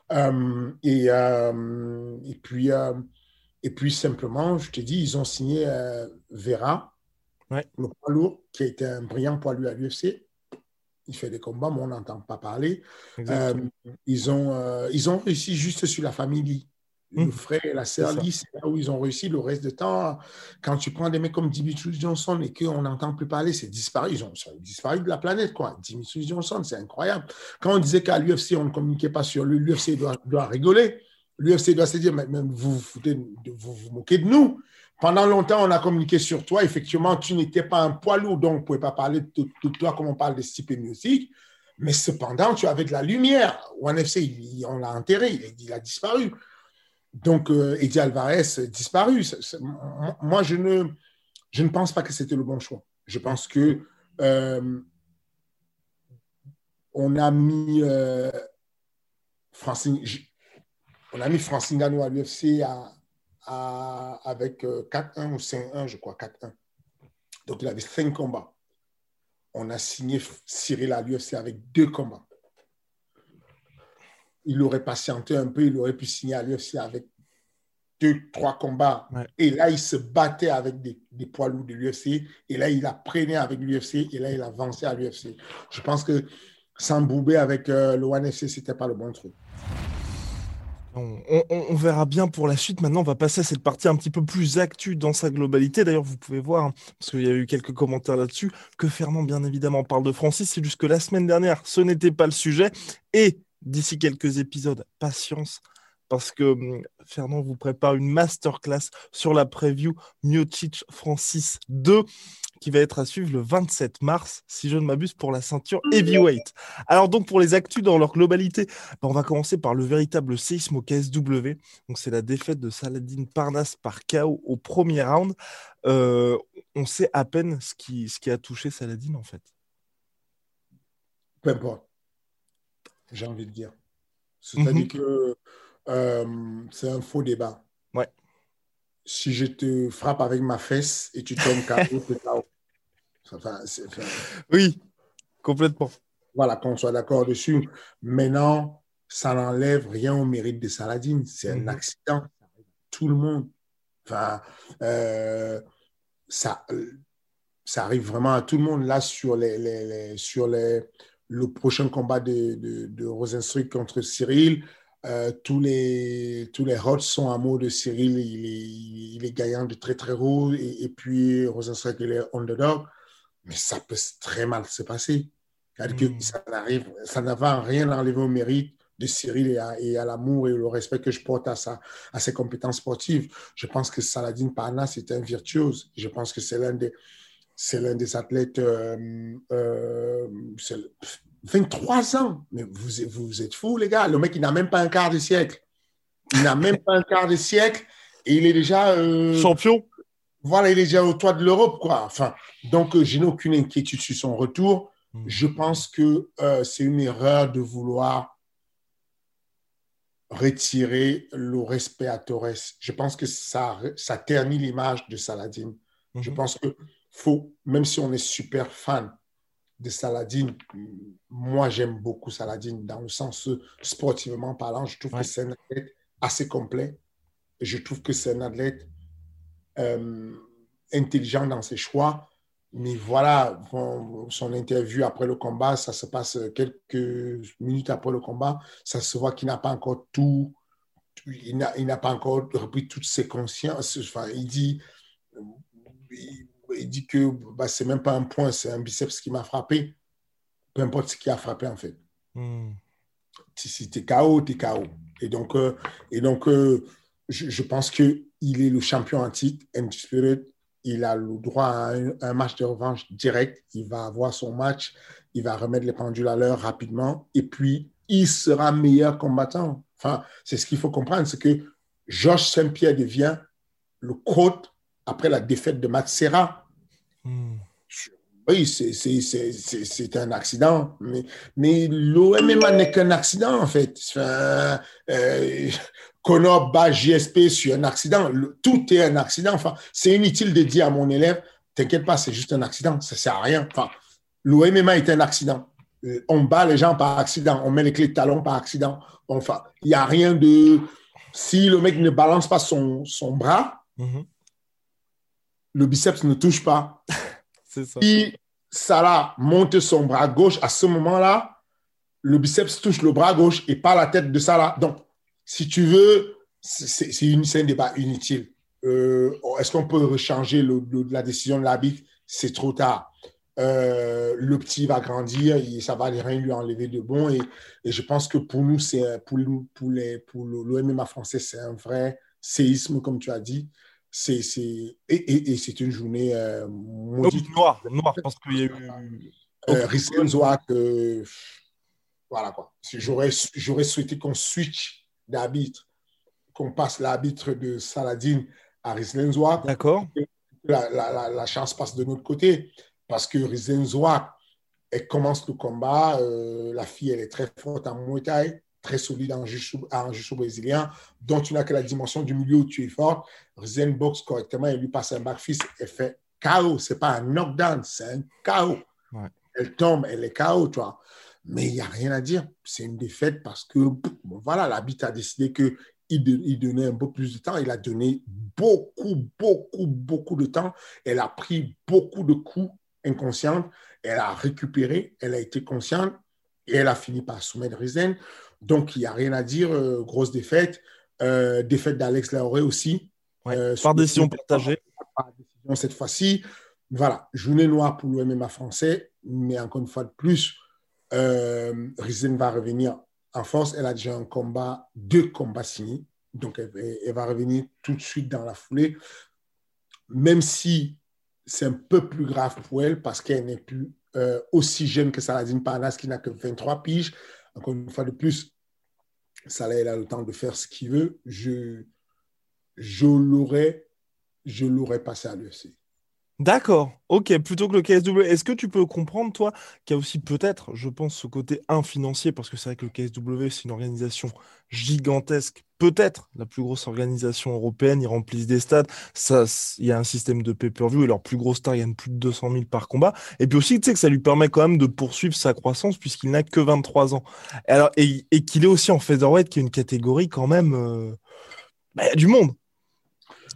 Et puis, simplement, je te dis, ils ont signé Vera, le poids lourd, qui a été un brillant poids lourd à l'UFC. Il fait des combats, mais on n'entend pas parler. Ils ont réussi juste sur la famille Lee. Le frère et la sœur Lee, c'est là où ils ont réussi. Le reste du temps, quand tu prends des mecs comme Dimitri Johnson et qu'on n'entend plus parler, c'est disparu. Ils ont disparu de la planète, quoi. Dimitri Johnson, c'est incroyable. Quand on disait qu'à l'UFC, on ne communiquait pas sur lui, l'UFC doit rigoler. L'UFC doit se dire, mais vous vous moquez de nous. Pendant longtemps, on a communiqué sur toi. Effectivement, tu n'étais pas un poids lourd, donc on ne pouvait pas parler de toi comme on parle de Stipe Miocic. Mais cependant, tu avais de la lumière. ONE FC, on l'a enterré, il a disparu. Donc, Eddie Alvarez disparu. Moi, je ne pense pas que c'était le bon choix. Je pense que on a mis Francine Ngannou à l'UFC avec 4-1 ou 5-1, je crois, 4-1. Donc, il avait 5 combats. On a signé Cyril à l'UFC avec 2 combats. Il aurait patienté un peu, il aurait pu signer à l'UFC avec 2-3 combats. Ouais. Et là, il se battait avec des poids lourds de l'UFC. Et là, il a prêné avec l'UFC. Et là, il a avancé à l'UFC. Je pense que s'embouber avec le ONE FC, ce n'était pas le bon truc. On verra bien pour la suite. Maintenant, on va passer à cette partie un petit peu plus actu dans sa globalité. D'ailleurs, vous pouvez voir, parce qu'il y a eu quelques commentaires là-dessus, que Fernand, bien évidemment, parle de Francis. C'est juste que la semaine dernière, ce n'était pas le sujet. Et d'ici quelques épisodes, patience, parce que Fernand vous prépare une masterclass sur la preview Miocic Francis 2 qui va être à suivre le 27 mars, si je ne m'abuse, pour la ceinture heavyweight. Alors donc, pour les actus dans leur globalité, on va commencer par le véritable séisme au KSW. Donc, c'est la défaite de Saladin Parnasse par KO au premier round. On sait à peine ce qui a touché Saladin, en fait. Peu importe. J'ai envie de dire. C'est-à-dire que c'est un faux débat. Ouais. Si je te frappe avec ma fesse et tu tombes KO, c'est KO. Oui, complètement. Voilà, qu'on soit d'accord dessus. Maintenant, ça n'enlève rien au mérite de Saladin. C'est un accident. tout le monde. Enfin, ça arrive vraiment à tout le monde. Là, sur le prochain combat de Rozenstruik contre Cyril, tous les odds sont à mot de Cyril. Il est gagnant de très, très haut. Et puis, Rozenstruik, il est underdog. Mais ça peut très mal se passer. C'est-à-dire que ça n'a rien enlevé au mérite de Cyril et à l'amour et au respect que je porte à ses compétences sportives. Je pense que Saladin Parnasse est un virtuose. Je pense que c'est l'un des athlètes 23 ans. Mais vous êtes fous, les gars. Le mec, il n'a même pas un quart de siècle. Il n'a même pas un quart de siècle et il est déjà... champion. Voilà, il est déjà au toit de l'Europe, quoi. Enfin, donc, je n'ai aucune inquiétude sur son retour. Je pense que c'est une erreur de vouloir retirer le respect à Torres. Je pense que ça ternit l'image de Saladin. Je pense que même si on est super fan de Saladin, moi, j'aime beaucoup Saladin dans le sens sportivement parlant. Je trouve que c'est un athlète assez complet. Je trouve que c'est un athlète intelligent dans ses choix. Mais voilà, son interview après le combat, ça se passe quelques minutes après le combat. Ça se voit qu'il n'a pas encore il n'a pas encore repris toutes ses consciences. Enfin, il dit que c'est même pas un point, c'est un biceps qui m'a frappé. Peu importe ce qui a frappé, en fait. Si t'es KO, t'es KO. Et donc, je pense qu'il est le champion en titre, Undisputed. Il a le droit à un match de revanche direct. Il va avoir son match. Il va remettre les pendules à l'heure rapidement. Et puis, il sera meilleur combattant. Enfin, c'est ce qu'il faut comprendre. C'est que Georges Saint-Pierre devient le coach après la défaite de Matt Serra. Oui, c'est un accident. Mais l'OMMA n'est qu'un accident, en fait. Enfin, Conor bat JSP sur un accident. Tout est un accident. Enfin, c'est inutile de dire à mon élève, t'inquiète pas, c'est juste un accident. Ça ne sert à rien. Enfin, l'OMMA est un accident. On bat les gens par accident. On met les clés de talon par accident. Enfin, il n'y a rien de... Si le mec ne balance pas son bras, le biceps ne touche pas. C'est ça. Si Salah monte son bras gauche, à ce moment-là, le biceps touche le bras gauche et pas la tête de Salah. Donc, si tu veux, c'est un débat inutile. Est-ce qu'on peut rechanger la décision de l'arbitre? C'est trop tard. Le petit va grandir et ça va rien lui enlever de bon. Et je pense que pour nous, pour l'OMMA français, c'est un vrai séisme, comme tu as dit. Et c'est une journée maudite. Noire, parce qu'il y a eu... Rislen Zouak, voilà quoi. J'aurais souhaité qu'on switch d'arbitre, qu'on passe l'arbitre de Saladin à Rislen Zouak. D'accord. La chance passe de notre côté parce que Rislen Zouak, elle commence le combat. La fille, elle est très forte en Muay Thai, très solide en jiu-jitsu brésilien, dont tu n'as que la dimension du milieu où tu es fort. Rislen boxe correctement, elle lui passe un back fist, elle fait KO. Ce n'est pas un knockdown, c'est un KO. Ouais. Elle tombe, elle est KO, tu vois. Mais il n'y a rien à dire. C'est une défaite parce que, voilà, l'arbitre a décidé qu'il donnait un peu plus de temps. Il a donné beaucoup de temps. Elle a pris beaucoup de coups inconscients. Elle a récupéré, elle a été consciente et elle a fini par soumettre Rislen. Donc, il n'y a rien à dire. Grosse défaite. Défaite d'Alex Laoré aussi. Ouais, par décision partagée. Par décision cette fois-ci. Voilà, journée noire pour l'OMMA français. Mais encore une fois de plus, Rislen va revenir en force. Elle a déjà deux combats signés. Donc, elle va revenir tout de suite dans la foulée. Même si c'est un peu plus grave pour elle parce qu'elle n'est plus aussi jeune que Saladin Parnasse qui n'a que 23 piges. Encore une fois de plus, Salah, elle a le temps de faire ce qu'il veut. Je l'aurais passé à l'UFC. D'accord, ok, plutôt que le KSW. Est-ce que tu peux comprendre, toi, qu'il y a aussi peut-être, je pense, ce côté financier, parce que c'est vrai que le KSW, c'est une organisation gigantesque, peut-être la plus grosse organisation européenne, ils remplissent des stades, il y a un système de pay-per-view et leurs plus gros stars gagnent plus de 200 000 par combat. Et puis aussi, tu sais que ça lui permet quand même de poursuivre sa croissance puisqu'il n'a que 23 ans. Et qu'il est aussi en featherweight, qui est une catégorie quand même... il y a du monde.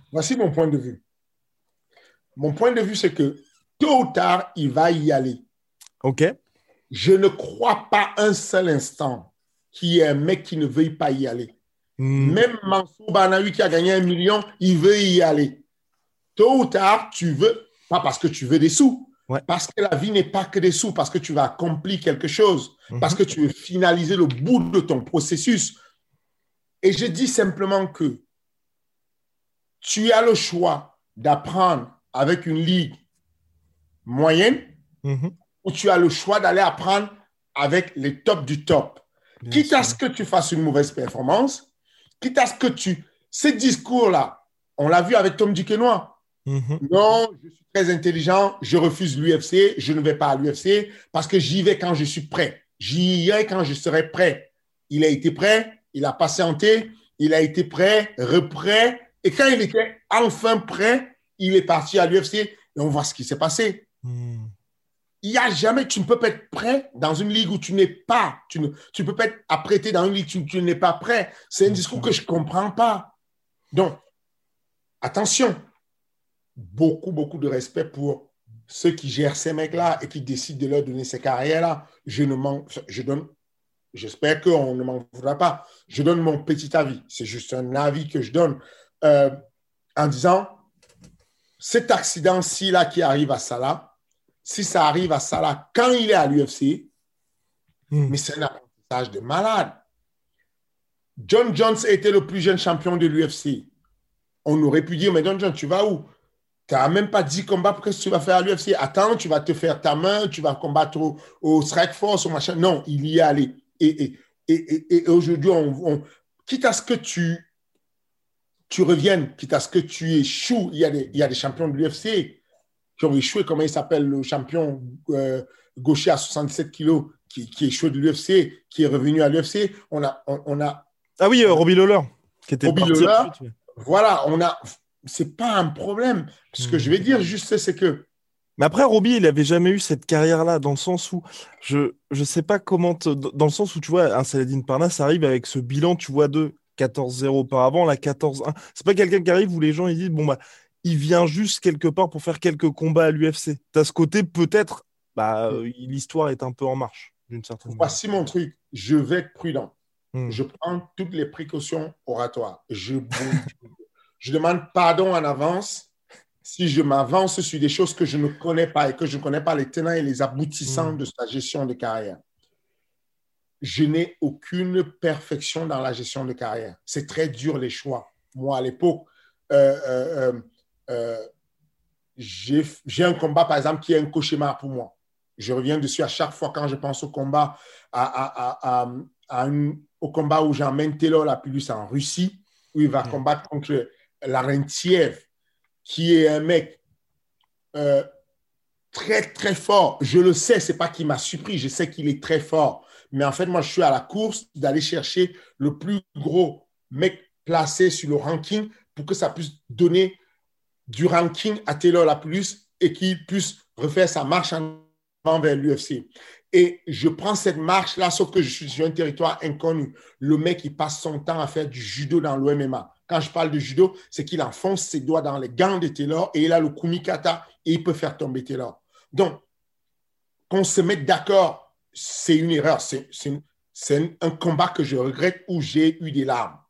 Voici mon point de vue. Mon point de vue, c'est que tôt ou tard, il va y aller. Ok. Je ne crois pas un seul instant qu'il y ait un mec qui ne veuille pas y aller. Même Mansour Banawi qui a gagné 1 million, il veut y aller. Tôt ou tard, tu veux, pas parce que tu veux des sous, parce que la vie n'est pas que des sous, parce que tu vas accomplir quelque chose, parce que tu veux finaliser le bout de ton processus. Et je dis simplement que tu as le choix d'apprendre avec une ligue moyenne ou tu as le choix d'aller apprendre avec les tops du top. Quitte à ce que tu fasses une mauvaise performance, quitte à ce que tu... Ces discours-là, on l'a vu avec Tom Duquesnoy. Non, je suis très intelligent, je refuse l'UFC, je ne vais pas à l'UFC parce que j'y vais quand je suis prêt. J'y irai quand je serai prêt. Il a été prêt, il a patienté, il a été prêt, reprêt. Et quand il était enfin prêt, il est parti à l'UFC et on voit ce qui s'est passé. Il n'y a jamais, tu ne peux pas être prêt dans une ligue où tu n'es pas, tu ne peux pas être apprêté dans une ligue où tu n'es pas prêt. C'est un discours que je ne comprends pas. Donc, attention, beaucoup de respect pour ceux qui gèrent ces mecs-là et qui décident de leur donner ces carrières-là. J'espère qu'on ne m'en voudra pas. Je donne mon petit avis. C'est juste un avis que je donne en disant, cet accident-ci là qui arrive à Salah, si ça arrive à Salah quand il est à l'UFC, mais c'est un apprentissage de malade. John Jones a été le plus jeune champion de l'UFC. On aurait pu dire, mais John Jones, tu vas où? Tu n'as même pas 10 combats, qu'est-ce que tu vas faire à l'UFC? Attends, tu vas te faire ta main, tu vas combattre au Strike Force, au machin. Non, il y est allé. Et aujourd'hui, quitte à ce que tu reviennes, quitte à ce que tu échoues, il y a des champions de l'UFC qui ont échoué. Comment il s'appelle le champion gaucher à 77 kilos qui échoué de l'UFC, qui est revenu à l'UFC? On a ah oui, Robbie Lawler, qui était Robbie parti Lawler, ensuite. Voilà, c'est pas un problème. Ce que je vais dire juste, c'est que... Mais après, Robbie, il n'avait jamais eu cette carrière-là, dans le sens où, je sais pas comment, dans le sens où, tu vois, un Saladin Parnasse arrive avec ce bilan, tu vois, de 14-0 auparavant, la 14-1. C'est pas quelqu'un qui arrive où les gens, ils disent, bon, bah, il vient juste quelque part pour faire quelques combats à l'UFC. T'as ce côté, peut-être, l'histoire est un peu en marche, d'une certaine manière. Voici mon truc, je vais être prudent. Je prends toutes les précautions oratoires. Je demande pardon en avance si je m'avance sur des choses que je ne connais pas et que je ne connais pas les tenants et les aboutissants de sa gestion de carrière. Je n'ai aucune perfection dans la gestion de carrière. C'est très dur les choix. Moi, à l'époque, j'ai un combat, par exemple, qui est un cauchemar pour moi. Je reviens dessus à chaque fois quand je pense au combat, au combat où j'emmène Taylor Lapillus en Russie, où il va combattre contre Laurentiev, qui est un mec très, très fort. Je le sais, ce n'est pas qu'il m'a surpris, je sais qu'il est très fort. Mais en fait, moi, je suis à la course d'aller chercher le plus gros mec placé sur le ranking pour que ça puisse donner du ranking à Taylor Lapillus et qu'il puisse refaire sa marche en avant vers l'UFC. Et je prends cette marche-là, sauf que je suis sur un territoire inconnu. Le mec, il passe son temps à faire du judo dans l'OMMA. Quand je parle de judo, c'est qu'il enfonce ses doigts dans les gants de Taylor et il a le kumikata et il peut faire tomber Taylor. Donc, qu'on se mette d'accord, c'est une erreur. C'est un combat que je regrette où j'ai eu des larmes.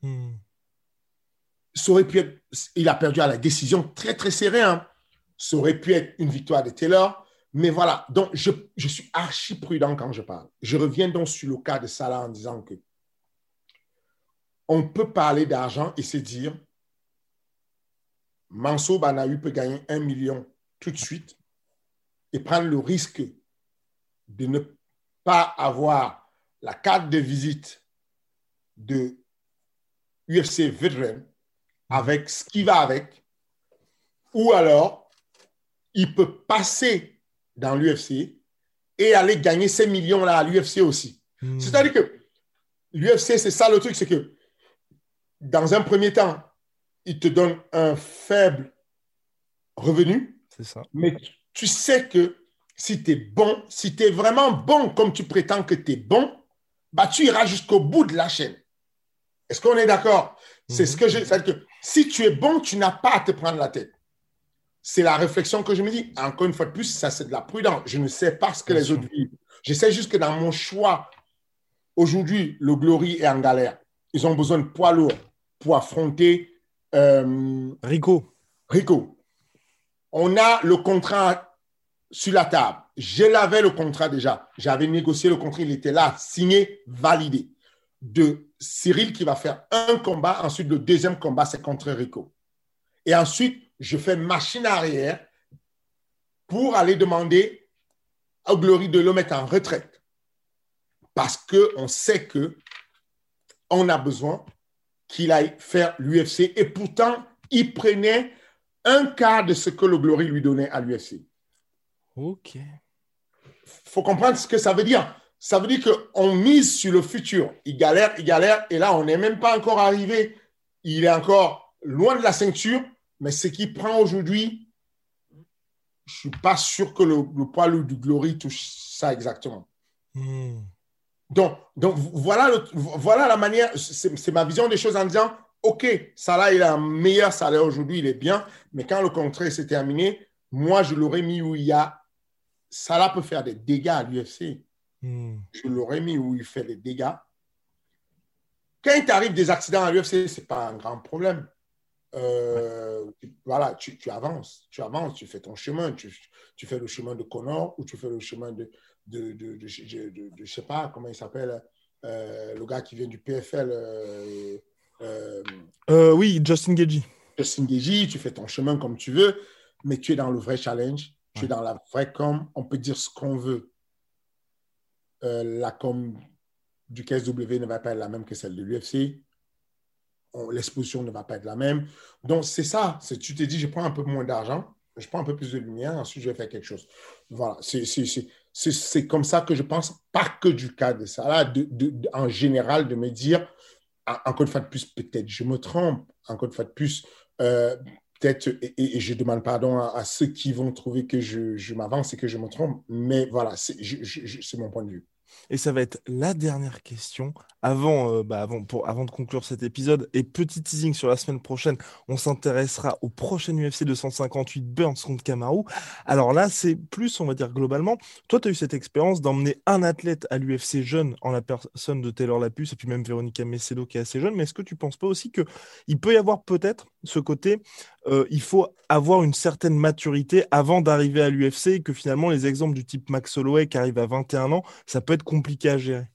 Ça aurait pu être, il a perdu à la décision très, très serrée. Hein. Ça aurait pu être une victoire de Taylor. Mais voilà, donc je suis archi prudent quand je parle. Je reviens donc sur le cas de Salah en disant que on peut parler d'argent et se dire Mansour Banawi peut gagner 1 million tout de suite et prendre le risque de ne pas avoir la carte de visite de UFC Veteran avec ce qui va avec, ou alors il peut passer dans l'UFC et aller gagner ces millions-là à l'UFC aussi. C'est-à-dire que l'UFC, c'est ça le truc, c'est que dans un premier temps, il te donne un faible revenu, c'est ça. Mais tu sais que si tu es bon, si tu es vraiment bon comme tu prétends que tu es bon, bah, tu iras jusqu'au bout de la chaîne. Est-ce qu'on est d'accord? C'est ce que c'est-à-dire que Si tu es bon, tu n'as pas à te prendre la tête. C'est la réflexion que je me dis. Encore une fois de plus, ça, c'est de la prudence. Je ne sais pas ce que les autres vivent. Je sais juste que dans mon choix, aujourd'hui, le Glory est en galère. Ils ont besoin de poids lourds pour affronter Rico. On a le contrat sur la table. Je l'avais le contrat déjà. J'avais négocié le contrat. Il était là, signé, validé. De Cyril qui va faire un combat. Ensuite, le deuxième combat, c'est contre Rico. Et ensuite, je fais machine arrière pour aller demander au Glory de le mettre en retraite. Parce qu'on sait qu'on a besoin qu'il aille faire l'UFC. Et pourtant, il prenait un quart de ce que le Glory lui donnait à l'UFC. Ok. Il faut comprendre ce que ça veut dire. Ça veut dire qu'on mise sur le futur. Il galère, et là, on n'est même pas encore arrivé. Il est encore loin de la ceinture, mais ce qu'il prend aujourd'hui, je ne suis pas sûr que le poids lourd du Glory touche ça exactement. Donc voilà la manière, c'est ma vision des choses en disant, OK, Salah, il a un meilleur salaire aujourd'hui, il est bien, mais quand le contrat s'est terminé, moi, je l'aurais mis où il y a... Salah peut faire des dégâts à l'UFC. Je l'aurais mis où il fait des dégâts. Quand il t'arrive des accidents à l'UFC, ce n'est pas un grand problème. Voilà, tu avances, tu fais ton chemin, tu fais le chemin de Conor ou tu fais le chemin de je sais pas comment il s'appelle, le gars qui vient du PFL. Oui, Justin Gaethje. Justin Gaethje, tu fais ton chemin comme tu veux, mais tu es dans le vrai challenge, tu es dans la vraie com, on peut dire ce qu'on veut. La com du KSW ne va pas être la même que celle de l'UFC. L'exposition ne va pas être la même. Donc, c'est ça. Tu te dis, je prends un peu moins d'argent, je prends un peu plus de lumière, ensuite, je vais faire quelque chose. Voilà. C'est comme ça que je pense, pas que du cas de ça, là, en général, de me dire, encore une fois de plus, peut-être je me trompe, encore une fois de plus, peut-être, et je demande pardon à ceux qui vont trouver que je m'avance et que je me trompe, mais voilà, c'est mon point de vue. Et ça va être la dernière question avant de conclure cet épisode. Et petit teasing sur la semaine prochaine, on s'intéressera au prochain UFC 258 Burns contre Kamaru. Alors là, c'est plus, on va dire globalement, toi, tu as eu cette expérience d'emmener un athlète à l'UFC jeune en la personne de Taylor Lapus et puis même Veronica Macedo qui est assez jeune. Mais est-ce que tu ne penses pas aussi qu'il peut y avoir peut-être ce côté, il faut avoir une certaine maturité avant d'arriver à l'UFC et que finalement, les exemples du type Max Holloway qui arrive à 21 ans, ça peut être compliqué à gérer?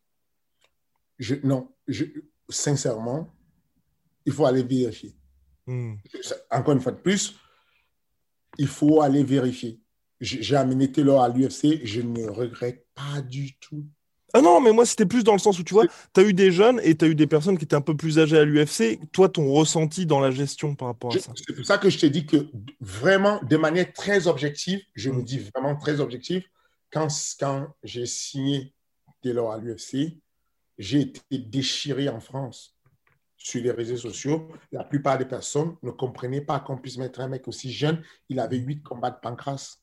Sincèrement, il faut aller vérifier. Encore une fois de plus, il faut aller vérifier. J'ai amené Taylor à l'UFC, je ne regrette pas du tout. Ah non, mais moi, c'était plus dans le sens où, tu vois, tu as eu des jeunes et tu as eu des personnes qui étaient un peu plus âgées à l'UFC. Toi, ton ressenti dans la gestion par rapport à ça? C'est pour ça que je te dis que vraiment, de manière très objective, je me dis vraiment très objective, quand j'ai signé Taylor à l'UFC, j'ai été déchiré en France sur les réseaux sociaux. La plupart des personnes ne comprenaient pas qu'on puisse mettre un mec aussi jeune. Il avait 8 combats de pancras.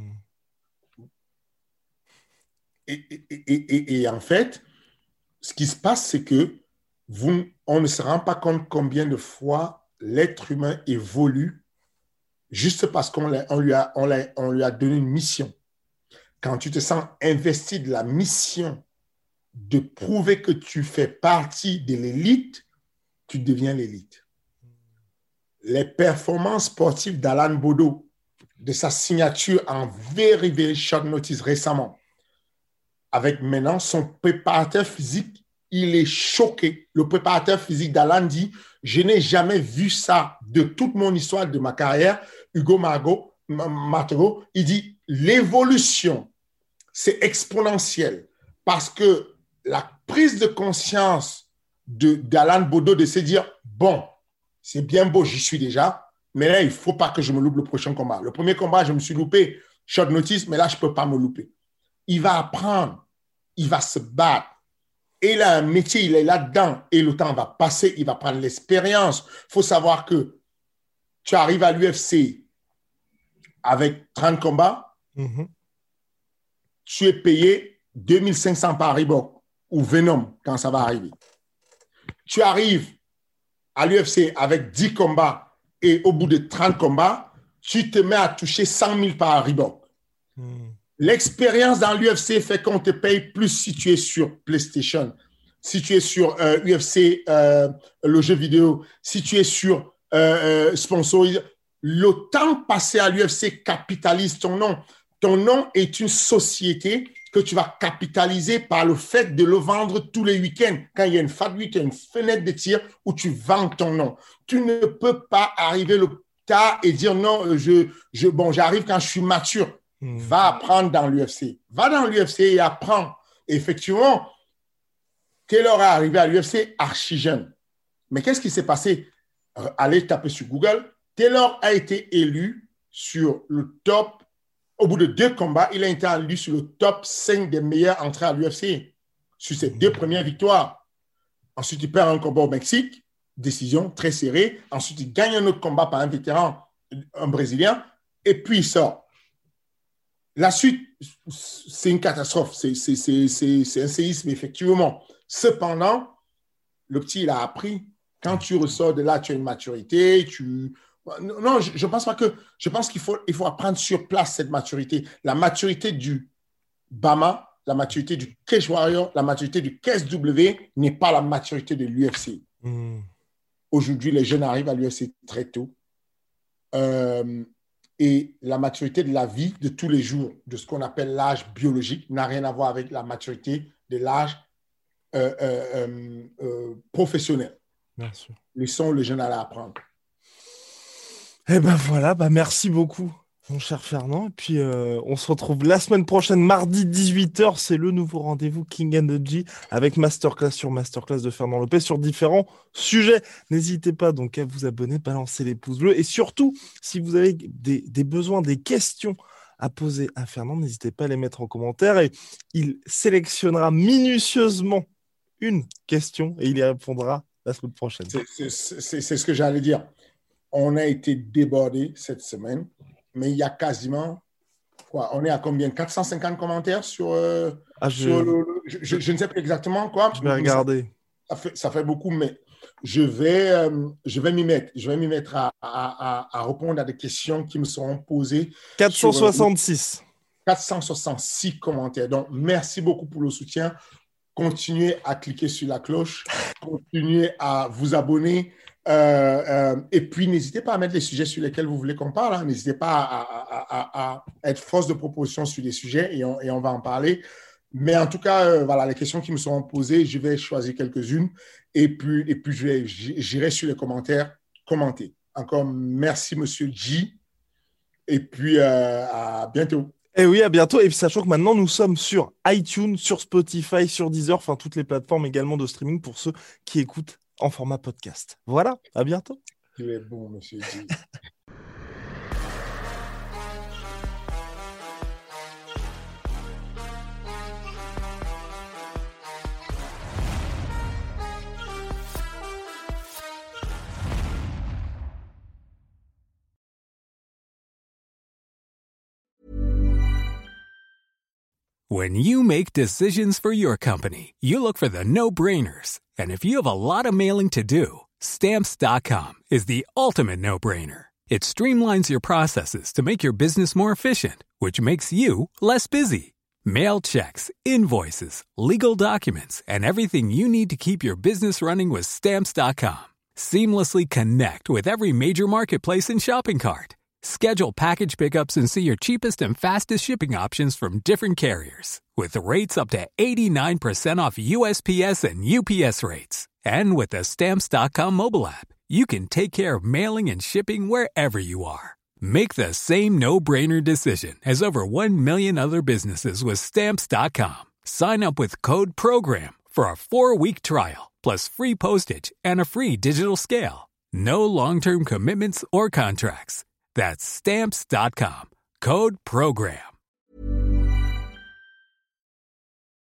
Et en fait, ce qui se passe, c'est que on ne se rend pas compte combien de fois l'être humain évolue juste parce qu'on lui a donné une mission. Quand tu te sens investi de la mission de prouver que tu fais partie de l'élite, tu deviens l'élite. Les performances sportives d'Alan Baudot, de sa signature en very, very short notice récemment, avec maintenant son préparateur physique, il est choqué. Le préparateur physique d'Alan dit, je n'ai jamais vu ça de toute mon histoire, de ma carrière. Hugo Martego, il dit, l'évolution, c'est exponentiel parce que la prise de conscience d'Alan Baudot de se dire, bon, c'est bien beau, j'y suis déjà, mais là, il ne faut pas que je me loupe le prochain combat. Le premier combat, je me suis loupé, short notice, mais là, je ne peux pas me louper. Il va apprendre, il va se battre. Et il a un métier, il est là-dedans, et le temps va passer, il va prendre l'expérience. Il faut savoir que tu arrives à l'UFC avec 30 combats, tu es payé 2500 par Reebok ou Venom quand ça va arriver. Tu arrives à l'UFC avec 10 combats et au bout de 30 combats, tu te mets à toucher 100 000 par Reebok. L'expérience dans l'UFC fait qu'on te paye plus si tu es sur PlayStation, si tu es sur UFC, le jeu vidéo, si tu es sur sponsorisé. Le temps passé à l'UFC capitalise ton nom. Ton nom est une société que tu vas capitaliser par le fait de le vendre tous les week-ends. Quand il y a une Fight Week, il y a une fenêtre de tir où tu vends ton nom. Tu ne peux pas arriver le tard et dire non, j'arrive quand je suis mature. Va apprendre dans l'UFC. Va dans l'UFC et apprends. Et effectivement, Taylor est arrivé à l'UFC archi jeune. Mais qu'est-ce qui s'est passé? Allez taper sur Google. Taylor a été élu sur le top. Au bout de 2 combats, il a été élu sur le top 5 des meilleurs entrées à l'UFC. Sur ses 2 premières victoires. Ensuite, il perd un combat au Mexique. Décision très serrée. Ensuite, il gagne un autre combat par un vétéran, un Brésilien. Et puis, il sort. La suite, c'est une catastrophe. C'est un séisme, effectivement. Cependant, le petit, il a appris. Quand tu ressors de là, tu as une maturité. Non, je pense pas que... Je pense qu'il faut apprendre sur place cette maturité. La maturité du Bama, la maturité du Cage Warrior, la maturité du KSW n'est pas la maturité de l'UFC. Aujourd'hui, les jeunes arrivent à l'UFC très tôt. Et la maturité de la vie de tous les jours, de ce qu'on appelle l'âge biologique, n'a rien à voir avec la maturité de l'âge professionnel. Bien sûr. Laissons les jeunes aller apprendre. Eh ben voilà, merci beaucoup, mon cher Fernand. Et puis, on se retrouve la semaine prochaine, mardi 18h. C'est le nouveau rendez-vous King and the G avec Masterclass sur Masterclass de Fernand Lopez sur différents sujets. N'hésitez pas donc à vous abonner, balancer les pouces bleus. Et surtout, si vous avez des besoins, des questions à poser à Fernand, n'hésitez pas à les mettre en commentaire. Et il sélectionnera minutieusement une question et il y répondra la semaine prochaine. C'est ce que j'allais dire. On a été débordé cette semaine, mais il y a quasiment, on est à combien? 450 commentaires sur je ne sais pas exactement quoi. Je vais regarder. Ça fait beaucoup, mais je vais m'y mettre. Je vais m'y mettre à répondre à des questions qui me seront posées. 466. 466 commentaires. Donc, merci beaucoup pour le soutien. Continuez à cliquer sur la cloche. Continuez à vous abonner. Et puis, n'hésitez pas à mettre les sujets sur lesquels vous voulez qu'on parle. N'hésitez pas à être force de proposition sur les sujets et on va en parler. Mais en tout cas, voilà, les questions qui me seront posées, je vais choisir quelques-unes et puis j'irai sur les commentaires commenter. Encore merci, Monsieur G. Et puis, à bientôt. Et oui, à bientôt. Et puis, sachant que maintenant, nous sommes sur iTunes, sur Spotify, sur Deezer, enfin, toutes les plateformes également de streaming pour ceux qui écoutent en format podcast. Voilà, à bientôt. Il est bon, Monsieur G. When you make decisions for your company, you look for the no-brainers. And if you have a lot of mailing to do, Stamps.com is the ultimate no-brainer. It streamlines your processes to make your business more efficient, which makes you less busy. Mail checks, invoices, legal documents, and everything you need to keep your business running with Stamps.com. Seamlessly connect with every major marketplace and shopping cart. Schedule package pickups and see your cheapest and fastest shipping options from different carriers. With rates up to 89% off USPS and UPS rates. And with the Stamps.com mobile app, you can take care of mailing and shipping wherever you are. Make the same no-brainer decision as over 1 million other businesses with Stamps.com. Sign up with code PROGRAM for a 4-week trial, plus free postage and a free digital scale. No long-term commitments or contracts. That's Stamps.com. Code PROGRAM.